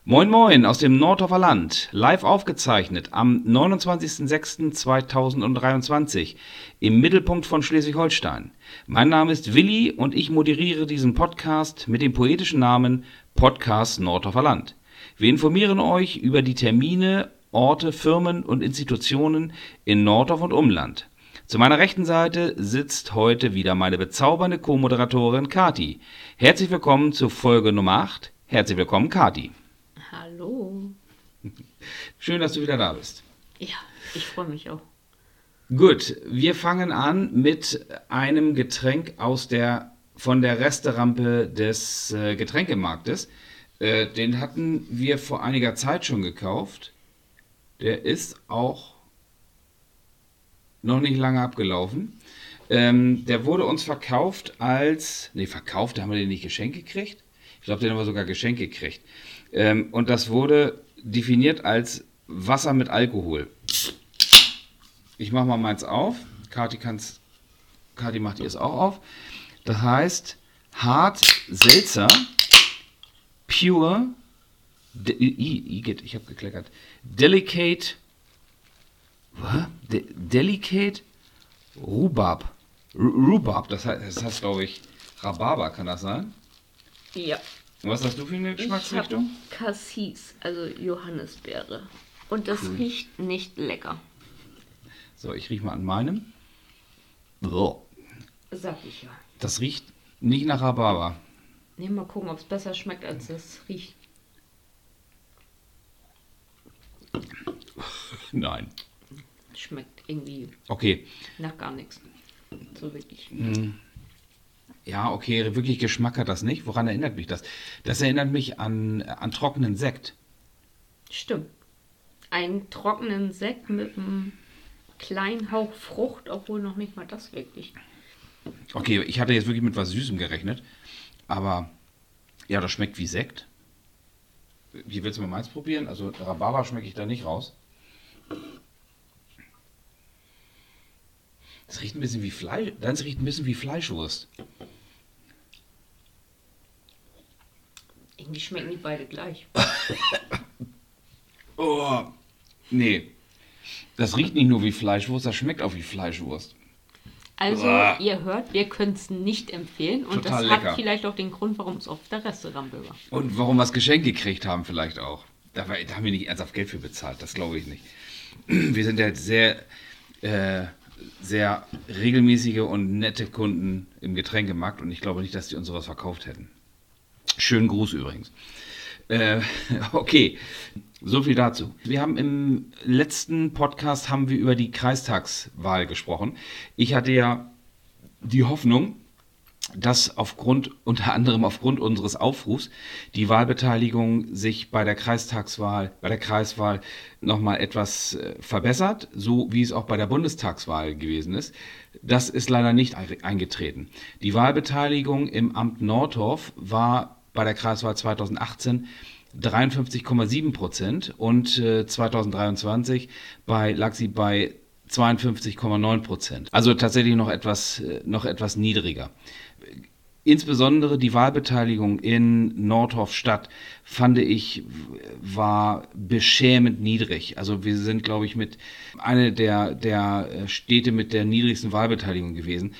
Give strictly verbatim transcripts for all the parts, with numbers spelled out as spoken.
Moin Moin aus dem Nordhorfer Land, live aufgezeichnet am neunundzwanzigsten sechsten zweitausenddreiundzwanzig im Mittelpunkt von Schleswig-Holstein. Mein Name ist Willi und ich moderiere diesen Podcast mit dem poetischen Namen Podcast Nordhorfer Land. Wir informieren euch über die Termine, Orte, Firmen und Institutionen in Nordhorf und Umland. Zu meiner rechten Seite sitzt heute wieder meine bezaubernde Co-Moderatorin Kati. Herzlich willkommen zur Folge Nummer acht. Herzlich willkommen, Kati. Hallo. Schön, dass du wieder da bist. Ja, ich freue mich auch. Gut, wir fangen an mit einem Getränk aus der, von der Resterampe des äh, Getränkemarktes. Äh, den hatten wir vor einiger Zeit schon gekauft. Der ist auch noch nicht lange abgelaufen. Ähm, der wurde uns verkauft als, nee, verkauft, da haben wir den nicht geschenkt gekriegt. Ich glaube, den haben wir sogar geschenkt gekriegt. Ähm, und das wurde definiert als Wasser mit Alkohol. Ich mache mal meins auf. Kati, kann's, Kati macht ihr es auch auf. Das heißt Hart Seltzer Pure De, I, I, ich habe gekleckert. Delicate De, Delicate Rhubarb. Rhubarb, das heißt, das heißt glaube ich Rhabarber, kann das sein? Ja. Und was hast du für eine Geschmacksrichtung? Ich habe Cassis, also Johannisbeere. Und das cool. Riecht nicht lecker. So, ich rieche mal an meinem. So. Sag ich ja. Das riecht nicht nach Rhabarber. Nee, mal gucken, ob es besser schmeckt, als es riecht. Nein. Schmeckt irgendwie okay. nach gar nichts. So wirklich. Ja, okay, wirklich Geschmack hat das nicht. Woran erinnert mich das? Das erinnert mich an, an trockenen Sekt. Stimmt. Einen trockenen Sekt mit einem kleinen Hauch Frucht, obwohl noch nicht mal das wirklich. Okay, ich hatte jetzt wirklich mit was Süßem gerechnet. Aber ja, das schmeckt wie Sekt. Wie willst du mal meins probieren? Also Rhabarber schmecke ich da nicht raus. Das riecht ein bisschen wie Fleisch. Das riecht ein bisschen wie Fleischwurst. Irgendwie schmecken die beide gleich. Oh, nee. Das riecht nicht nur wie Fleischwurst, das schmeckt auch wie Fleischwurst. Also, oh. Ihr hört, wir können es nicht empfehlen. Und Total das lecker. Hat vielleicht auch den Grund, warum es auf der Resterampe war. Und warum wir das Geschenk gekriegt haben vielleicht auch. Da, war, da haben wir nicht ernsthaft Geld für bezahlt, das glaube ich nicht. Wir sind ja sehr, äh, sehr regelmäßige und nette Kunden im Getränkemarkt und ich glaube nicht, dass die uns sowas verkauft hätten. Schönen Gruß übrigens. Äh, okay, so viel dazu. Wir haben im letzten Podcast haben wir über die Kreistagswahl gesprochen. Ich hatte ja die Hoffnung, dass aufgrund, unter anderem aufgrund unseres Aufrufs, die Wahlbeteiligung sich bei der Kreistagswahl, bei der Kreiswahl nochmal etwas äh, verbessert, so wie es auch bei der Bundestagswahl gewesen ist. Das ist leider nicht eingetreten. Die Wahlbeteiligung im Amt Nordhorf war bei der Kreiswahl zweitausendachtzehn dreiundfünfzig Komma sieben Prozent und äh, zweitausenddreiundzwanzig bei, lag sie bei zweiundfünfzig Komma neun Prozent. Also tatsächlich noch etwas, äh, noch etwas niedriger. Insbesondere die Wahlbeteiligung in Nordhorf Stadt, fand ich, war beschämend niedrig. Also wir sind, glaube ich, mit einer der, der Städte mit der niedrigsten Wahlbeteiligung gewesen.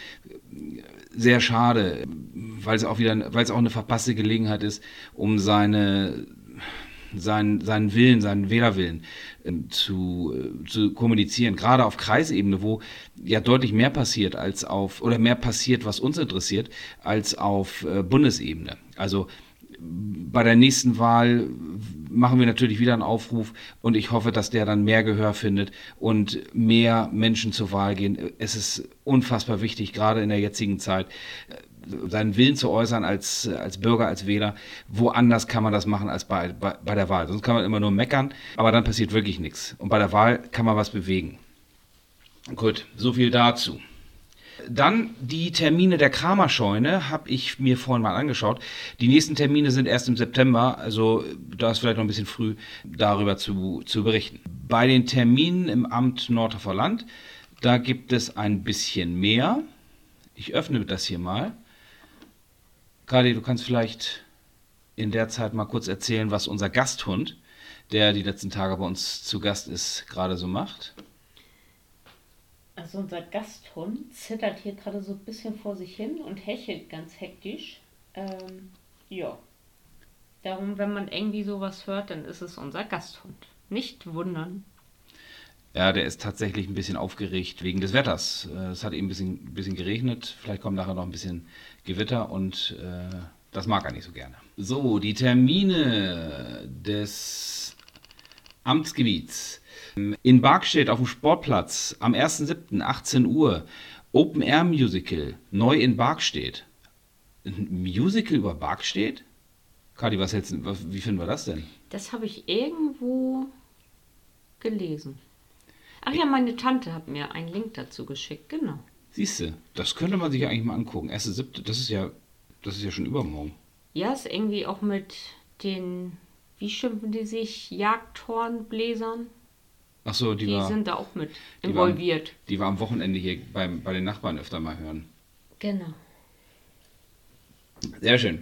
Sehr schade, weil es auch wieder, weil es auch eine verpasste Gelegenheit ist, um seine, seinen, seinen Willen, seinen Wählerwillen äh, zu, äh, zu kommunizieren. Gerade auf Kreisebene, wo ja deutlich mehr passiert als auf, oder mehr passiert, was uns interessiert, als auf äh, Bundesebene. Also bei der nächsten Wahl machen wir natürlich wieder einen Aufruf und ich hoffe, dass der dann mehr Gehör findet und mehr Menschen zur Wahl gehen. Es ist unfassbar wichtig, gerade in der jetzigen Zeit, seinen Willen zu äußern als, als Bürger, als Wähler. Woanders kann man das machen als bei, bei, bei der Wahl. Sonst kann man immer nur meckern, aber dann passiert wirklich nichts. Und bei der Wahl kann man was bewegen. Gut, so viel dazu. Dann die Termine der Kramerscheune habe ich mir vorhin mal angeschaut. Die nächsten Termine sind erst im September, also da ist vielleicht noch ein bisschen früh, darüber zu, zu berichten. Bei den Terminen im Amt Nordhorfer Land, da gibt es ein bisschen mehr. Ich öffne das hier mal. Kali, du kannst vielleicht in der Zeit mal kurz erzählen, was unser Gasthund, der die letzten Tage bei uns zu Gast ist, gerade so macht. Also unser Gasthund zittert hier gerade so ein bisschen vor sich hin und hechelt ganz hektisch. Ähm, ja. Darum, wenn man irgendwie sowas hört, dann ist es unser Gasthund. Nicht wundern. Ja, der ist tatsächlich ein bisschen aufgeregt wegen des Wetters. Äh, Es hat eben ein bisschen, ein bisschen geregnet. Vielleicht kommt nachher noch ein bisschen Gewitter und äh, das mag er nicht so gerne. So, die Termine des Amtsgebiets. In Barkstedt auf dem Sportplatz am ersten siebten achtzehn Uhr. Open Air Musical, neu in Barkstedt. Ein Musical über Barkstedt? Kati, was jetzt, was, wie finden wir das denn? Das habe ich irgendwo gelesen. Ach ja, meine Tante hat mir einen Link dazu geschickt, genau. Siehst du, das könnte man sich ja eigentlich mal angucken. erster siebte, das ist ja, das ist ja schon übermorgen. Ja, ist irgendwie auch mit den, wie schimpfen die sich, Jagdhornbläsern? Ach so, die, Die war, sind da auch mit die war, involviert. die war am Wochenende hier beim, bei den Nachbarn öfter mal hören. Genau. Sehr schön.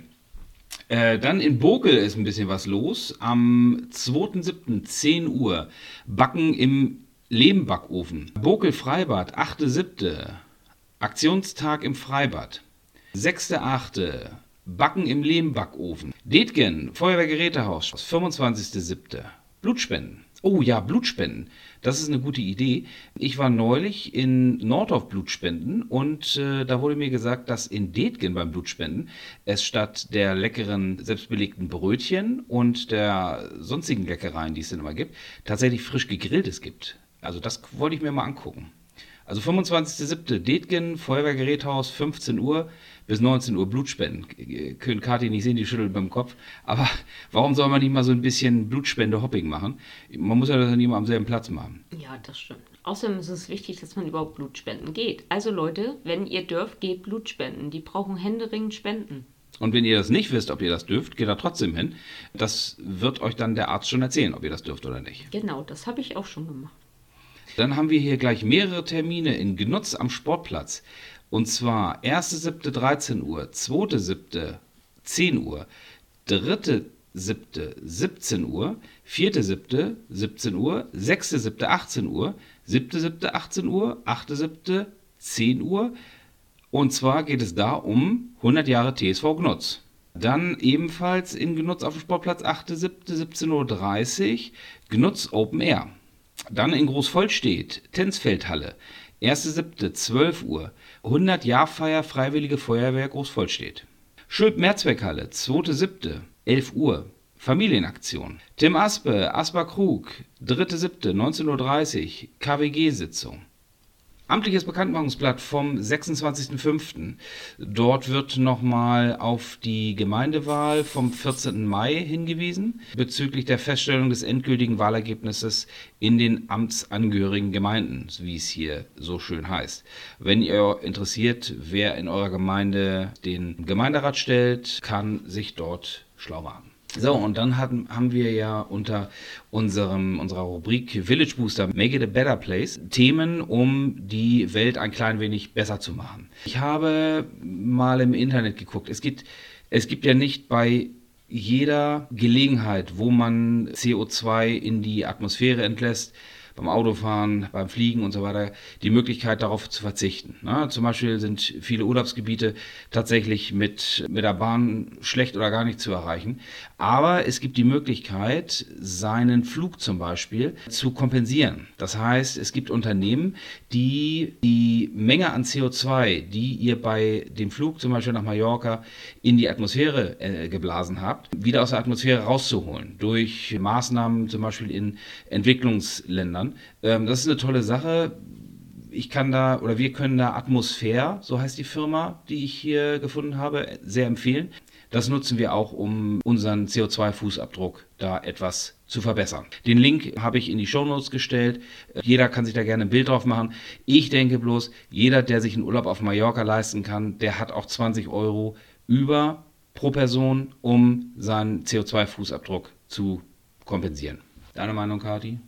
Äh, dann in Bokel ist ein bisschen was los. Am zweiten siebten zehn Uhr. Backen im Lehmbackofen. Bokel Freibad, achter siebter Aktionstag im Freibad. sechster achter Backen im Lehmbackofen. Detgen, Feuerwehrgerätehaus, fünfundzwanzigster siebter Blutspenden. Oh ja, Blutspenden. Das ist eine gute Idee. Ich war neulich in Nordorf Blutspenden und äh, da wurde mir gesagt, dass in Detgen beim Blutspenden es statt der leckeren selbstbelegten Brötchen und der sonstigen Leckereien, die es dann immer gibt, tatsächlich frisch gegrilltes gibt. Also das wollte ich mir mal angucken. Also fünfundzwanzigster siebter Detgen, Feuerwehrgeräthaus, fünfzehn Uhr bis neunzehn Uhr Blutspenden. Können Kathi nicht sehen, die schüttelt beim Kopf. Aber warum soll man nicht mal so ein bisschen Blutspende-Hopping machen? Man muss ja das nicht immer am selben Platz machen. Ja, das stimmt. Außerdem ist es wichtig, dass man überhaupt Blutspenden geht. Also Leute, wenn ihr dürft, geht Blutspenden. Die brauchen händeringend Spenden. Und wenn ihr das nicht wisst, ob ihr das dürft, geht da trotzdem hin. Das wird euch dann der Arzt schon erzählen, ob ihr das dürft oder nicht. Genau, das habe ich auch schon gemacht. Dann haben wir hier gleich mehrere Termine in Gnutz am Sportplatz. Und zwar erster siebter dreizehn Uhr, zweiter siebter zehn Uhr, dritter siebter siebzehn Uhr, vierter siebter siebzehn Uhr, sechster siebter achtzehn Uhr, siebter siebter achtzehn Uhr, achter siebter zehn Uhr. Und zwar geht es da um hundert Jahre T S V Gnutz. Dann ebenfalls in Gnutz auf dem Sportplatz achter siebter siebzehn Uhr dreißig, Gnutz Open Air. Dann in Großvollstedt, Tensfeldhalle, erster siebter zwölf Uhr, hundert-Jahr-Feier Freiwillige Feuerwehr Großvollstedt. Schulp-Mehrzweckhalle, zweiter siebter elf Uhr, Familienaktion. Tim Aspe, Asper Krug, dritter siebter neunzehn Uhr dreißig, K W G-Sitzung. Amtliches Bekanntmachungsblatt vom sechsundzwanzigsten fünften Dort wird nochmal auf die Gemeindewahl vom vierzehnten Mai hingewiesen, bezüglich der Feststellung des endgültigen Wahlergebnisses in den amtsangehörigen Gemeinden, wie es hier so schön heißt. Wenn ihr interessiert, wer in eurer Gemeinde den Gemeinderat stellt, kann sich dort schlau machen. So, und dann hatten, haben wir ja unter unserem, unserer Rubrik Village Booster Make it a Better Place Themen, um die Welt ein klein wenig besser zu machen. Ich habe mal im Internet geguckt. Es gibt, es gibt ja nicht bei jeder Gelegenheit, wo man C O zwei in die Atmosphäre entlässt, beim Autofahren, beim Fliegen und so weiter, die Möglichkeit darauf zu verzichten. Na, zum Beispiel sind viele Urlaubsgebiete tatsächlich mit, mit der Bahn schlecht oder gar nicht zu erreichen. Aber es gibt die Möglichkeit, seinen Flug zum Beispiel zu kompensieren. Das heißt, es gibt Unternehmen, die die Menge an C O zwei, die ihr bei dem Flug zum Beispiel nach Mallorca in die Atmosphäre äh, geblasen habt, wieder aus der Atmosphäre rauszuholen. Durch Maßnahmen zum Beispiel in Entwicklungsländern. Ähm, das ist eine tolle Sache. Ich kann da, oder wir können da Atmosphäre, so heißt die Firma, die ich hier gefunden habe, sehr empfehlen. Das nutzen wir auch, um unseren C O zwei Fußabdruck da etwas zu verbessern. Den Link habe ich in die Shownotes gestellt. Jeder kann sich da gerne ein Bild drauf machen. Ich denke bloß, jeder, der sich einen Urlaub auf Mallorca leisten kann, der hat auch zwanzig Euro über pro Person, um seinen C O zwei Fußabdruck zu kompensieren. Deine Meinung, Kathi?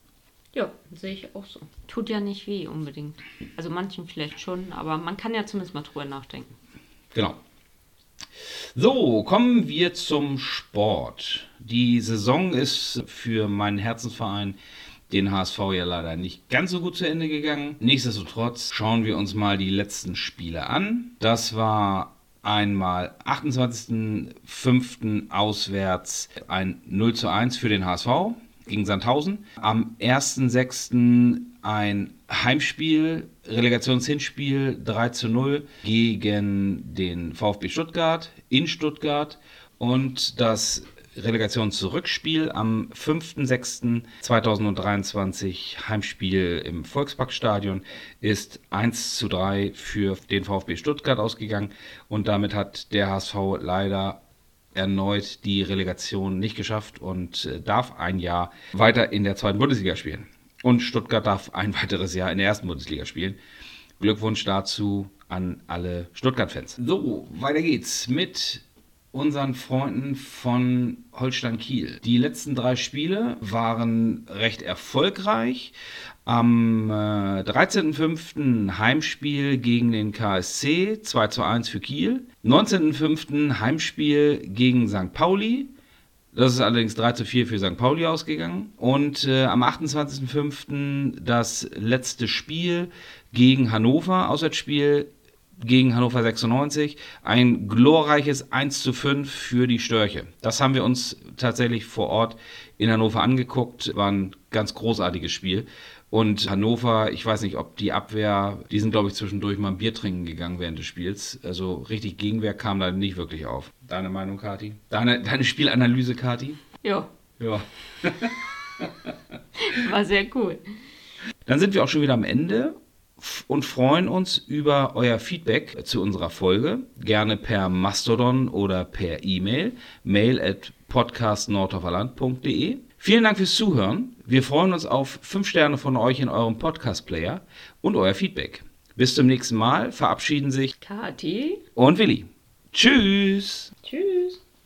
Ja, sehe ich auch so. Tut ja nicht weh unbedingt. Also manchen vielleicht schon, aber man kann ja zumindest mal drüber nachdenken. Genau. So, kommen wir zum Sport. Die Saison ist für meinen Herzensverein, den H S V, ja leider nicht ganz so gut zu Ende gegangen. Nichtsdestotrotz schauen wir uns mal die letzten Spiele an. Das war einmal achtundzwanzigsten fünften auswärts ein null zu eins für den H S V gegen Sandhausen. Am ersten sechsten ein Heimspiel, Relegationshinspiel drei zu null gegen den VfB Stuttgart in Stuttgart und das Relegationszurückspiel am fünften sechsten zweitausenddreiundzwanzig Heimspiel im Volksparkstadion ist eins zu drei für den VfB Stuttgart ausgegangen und damit hat der H S V leider erneut die Relegation nicht geschafft und darf ein Jahr weiter in der zweiten Bundesliga spielen. Und Stuttgart darf ein weiteres Jahr in der ersten Bundesliga spielen. Glückwunsch dazu an alle Stuttgart-Fans. So, weiter geht's mit unseren Freunden von Holstein Kiel. Die letzten drei Spiele waren recht erfolgreich. Am äh, dreizehnten fünften Heimspiel gegen den K S C, zwei zu eins für Kiel. neunzehnten fünften Heimspiel gegen Sankt Pauli. Das ist allerdings drei zu vier für Sankt Pauli ausgegangen. Und äh, am achtundzwanzigsten fünften das letzte Spiel gegen Hannover, Auswärtsspiel gegen Hannover sechsundneunzig. Ein glorreiches eins zu fünf für die Störche. Das haben wir uns tatsächlich vor Ort in Hannover angeguckt. War ein ganz großartiges Spiel. Und Hannover, ich weiß nicht, ob die Abwehr, die sind, glaube ich, zwischendurch mal ein Bier trinken gegangen während des Spiels. Also richtig Gegenwehr kam da nicht wirklich auf. Deine Meinung, Kathi? Deine, deine Spielanalyse, Kathi? Ja. Ja. War sehr cool. Dann sind wir auch schon wieder am Ende und freuen uns über euer Feedback zu unserer Folge. Gerne per Mastodon oder per E-Mail. Mail at podcast nordhoferland punkt de. Vielen Dank fürs Zuhören. Wir freuen uns auf fünf Sterne von euch in eurem Podcast-Player und euer Feedback. Bis zum nächsten Mal. Verabschieden sich Kathi und Willi. Tschüss. Tschüss.